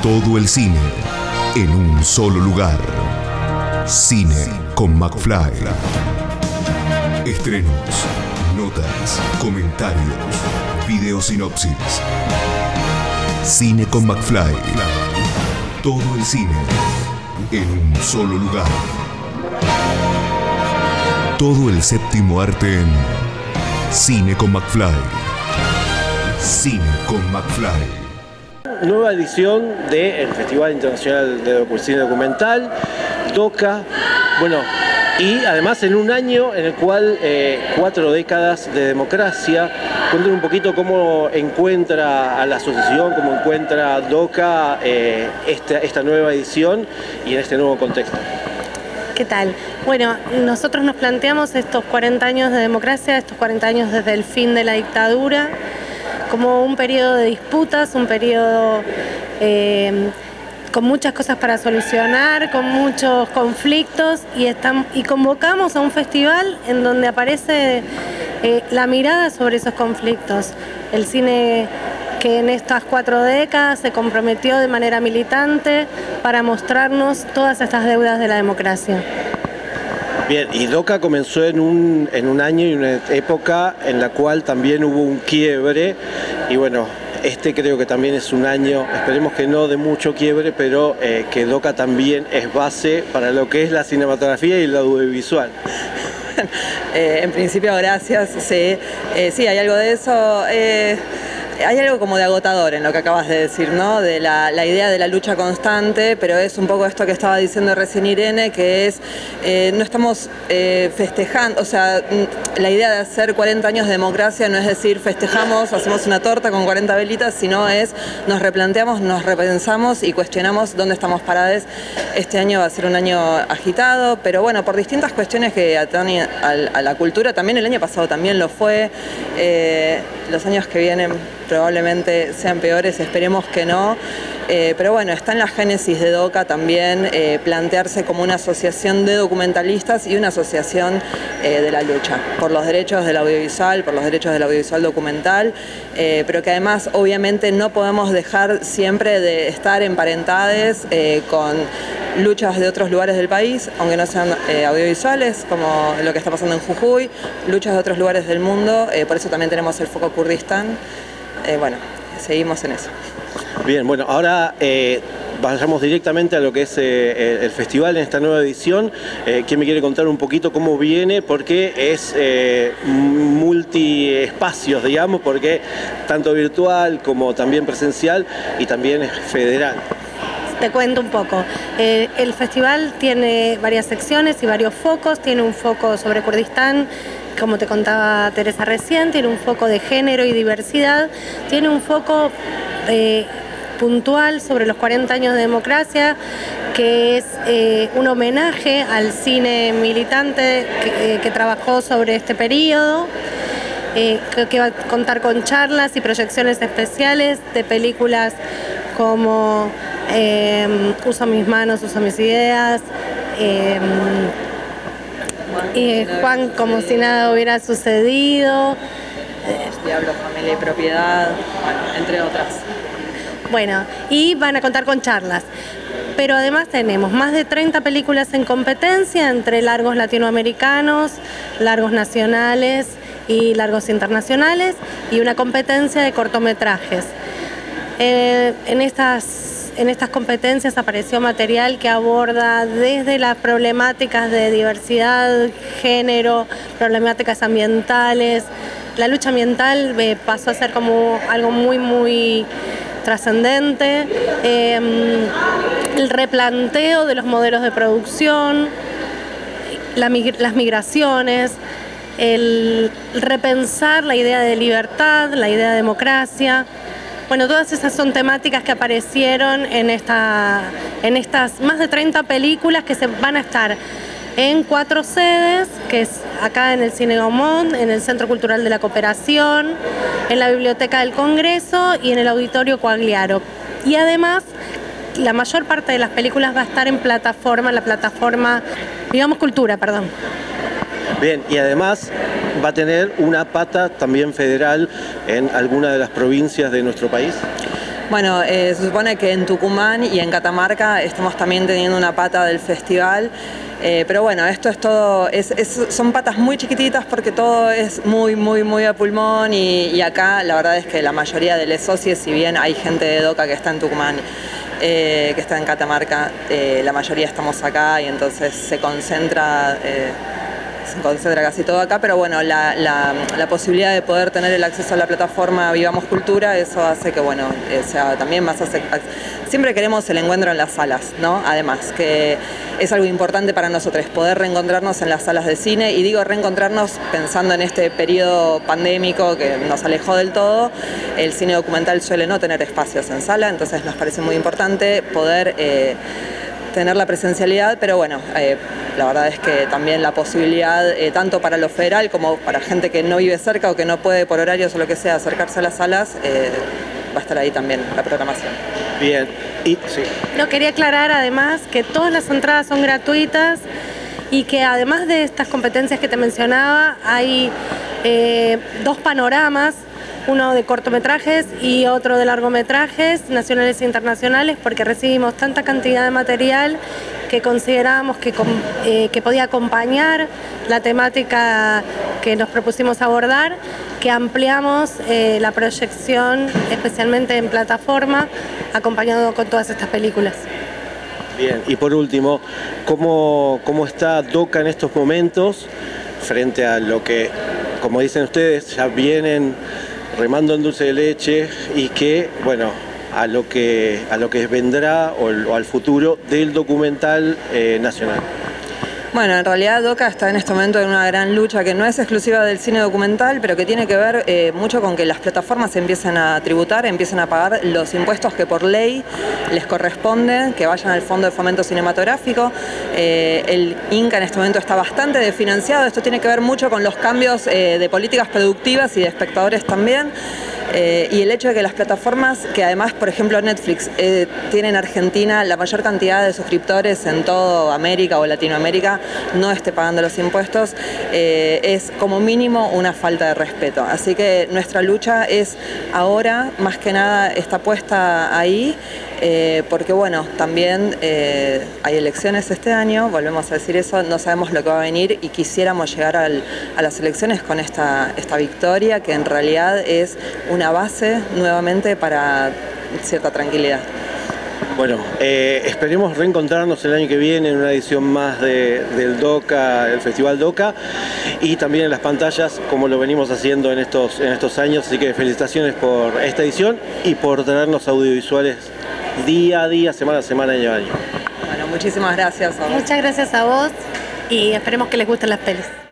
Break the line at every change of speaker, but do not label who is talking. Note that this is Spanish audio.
Todo el cine en un solo lugar. Cine con McFly. Estrenos, notas, comentarios, videosinopsis. Cine con McFly. Todo el cine en un solo lugar. Todo el séptimo arte en Cine con McFly. Cine con McFly.
Nueva edición del Festival Internacional de Cine Documental, DOCA, y además en un año en el cual 4 décadas de democracia. Cuéntanos un poquito cómo encuentra a la asociación, cómo encuentra DOCA esta nueva edición y en este nuevo contexto.
¿Qué tal? Bueno, nosotros nos planteamos estos 40 años de democracia, estos 40 años desde el fin de la dictadura, como un periodo de disputas, un periodo con muchas cosas para solucionar, con muchos conflictos, y convocamos a un festival en donde aparece la mirada sobre esos conflictos. El cine que en estas 4 décadas se comprometió de manera militante para mostrarnos todas estas deudas de la democracia.
Bien, y DOCA comenzó en un año y una época en la cual también hubo un quiebre, y creo que también es un año, esperemos que no de mucho quiebre, pero que DOCA también es base para lo que es la cinematografía y el audiovisual.
En principio, gracias, sí, hay algo de eso. Hay algo como de agotador en lo que acabas de decir, ¿no? De la idea de la lucha constante, pero es un poco esto que estaba diciendo recién Irene, que es, no estamos festejando, o sea, la idea de hacer 40 años de democracia no es decir festejamos, hacemos una torta con 40 velitas, sino es nos replanteamos, nos repensamos y cuestionamos dónde estamos parados. Este año va a ser un año agitado, pero por distintas cuestiones que atañen a la cultura, también el año pasado también lo fue, los años que vienen probablemente sean peores, esperemos que no, pero está en la génesis de DOCA también plantearse como una asociación de documentalistas y una asociación de la lucha por los derechos del audiovisual, por los derechos del audiovisual documental, pero que además obviamente no podemos dejar siempre de estar emparentados con luchas de otros lugares del país, aunque no sean audiovisuales, como lo que está pasando en Jujuy, luchas de otros lugares del mundo, por eso también tenemos el foco Kurdistán. Seguimos en eso.
Bien, ahora vayamos directamente a lo que es el festival en esta nueva edición. ¿Quién me quiere contar un poquito cómo viene? Porque es multiespacios, digamos, porque tanto virtual como también presencial y también es federal.
Te cuento un poco. El festival tiene varias secciones y varios focos. Tiene un foco sobre Kurdistán, como te contaba Teresa recién, tiene un foco de género y diversidad, tiene un foco puntual sobre los 40 años de democracia, que es un homenaje al cine militante que trabajó sobre este periodo, que va a contar con charlas y proyecciones especiales de películas como Uso mis manos, uso mis ideas, Juan como si nada hubiera sucedido,
Diablo, familia y propiedad, entre otras.
Y van a contar con charlas. Pero además tenemos más de 30 películas en competencia entre largos latinoamericanos, largos nacionales y largos internacionales, y una competencia de cortometrajes. En estas competencias apareció material que aborda desde las problemáticas de diversidad, género, problemáticas ambientales. La lucha ambiental pasó a ser como algo muy, muy trascendente. El replanteo de los modelos de producción, las migraciones, el repensar la idea de libertad, la idea de democracia. Todas esas son temáticas que aparecieron en estas más de 30 películas que se van a estar en 4 sedes, que es acá en el Cine Gaumont, en el Centro Cultural de la Cooperación, en la Biblioteca del Congreso y en el Auditorio Quagliaro. Y además, la mayor parte de las películas va a estar en la plataforma, digamos, Cultura, perdón.
Bien, y además va a tener una pata también federal en alguna de las provincias de nuestro país.
Bueno, se supone que en Tucumán y en Catamarca estamos también teniendo una pata del festival, pero bueno, esto es todo, son patas muy chiquititas porque todo es muy a pulmón y acá la verdad es que la mayoría de los socios, si bien hay gente de DOCA que está en Tucumán, que está en Catamarca, la mayoría estamos acá y entonces se concentra casi todo acá, pero bueno, la posibilidad de poder tener el acceso a la plataforma Vivamos Cultura, eso hace que, bueno, sea también más siempre queremos el encuentro en las salas, ¿no? Además, que es algo importante para nosotros, poder reencontrarnos en las salas de cine, y digo reencontrarnos pensando en este periodo pandémico que nos alejó del todo. El cine documental suele no tener espacios en sala, entonces nos parece muy importante poder tener la presencialidad, pero bueno, la verdad es que también la posibilidad, tanto para lo federal como para gente que no vive cerca o que no puede por horarios o lo que sea acercarse a las salas, va a estar ahí también la programación.
Bien, y sí.
No, quería aclarar además que todas las entradas son gratuitas y que además de estas competencias que te mencionaba, hay 2 panoramas, uno de cortometrajes y otro de largometrajes nacionales e internacionales, porque recibimos tanta cantidad de material que considerábamos que podía acompañar la temática que nos propusimos abordar, que ampliamos la proyección, especialmente en plataforma, acompañado con todas estas películas.
Bien, y por último, ¿cómo está DOCA en estos momentos frente a lo que, como dicen ustedes, ya vienen remando en dulce de leche y que, bueno, a lo que vendrá o al futuro del documental nacional?
Bueno, en realidad DOCA está en este momento en una gran lucha que no es exclusiva del cine documental, pero que tiene que ver mucho con que las plataformas empiecen a tributar, empiecen a pagar los impuestos que por ley les corresponden, que vayan al Fondo de Fomento Cinematográfico. El INCA en este momento está bastante desfinanciado. Esto tiene que ver mucho con los cambios de políticas productivas y de espectadores también. Y el hecho de que las plataformas, que además, por ejemplo, Netflix tiene en Argentina la mayor cantidad de suscriptores en toda América o Latinoamérica, no esté pagando los impuestos, es como mínimo una falta de respeto. Así que nuestra lucha es ahora, más que nada, está puesta ahí, porque bueno, también hay elecciones este año, volvemos a decir eso, no sabemos lo que va a venir y quisiéramos llegar a las elecciones con esta victoria, que en realidad es una base nuevamente para cierta tranquilidad.
Bueno, esperemos reencontrarnos el año que viene en una edición más del DOCA, el Festival DOCA, y también en las pantallas, como lo venimos haciendo en estos años. Así que felicitaciones por esta edición y por traernos audiovisuales día a día, semana a semana, año a año.
Bueno, muchísimas gracias a vos.
Muchas gracias a vos y esperemos que les gusten las pelis.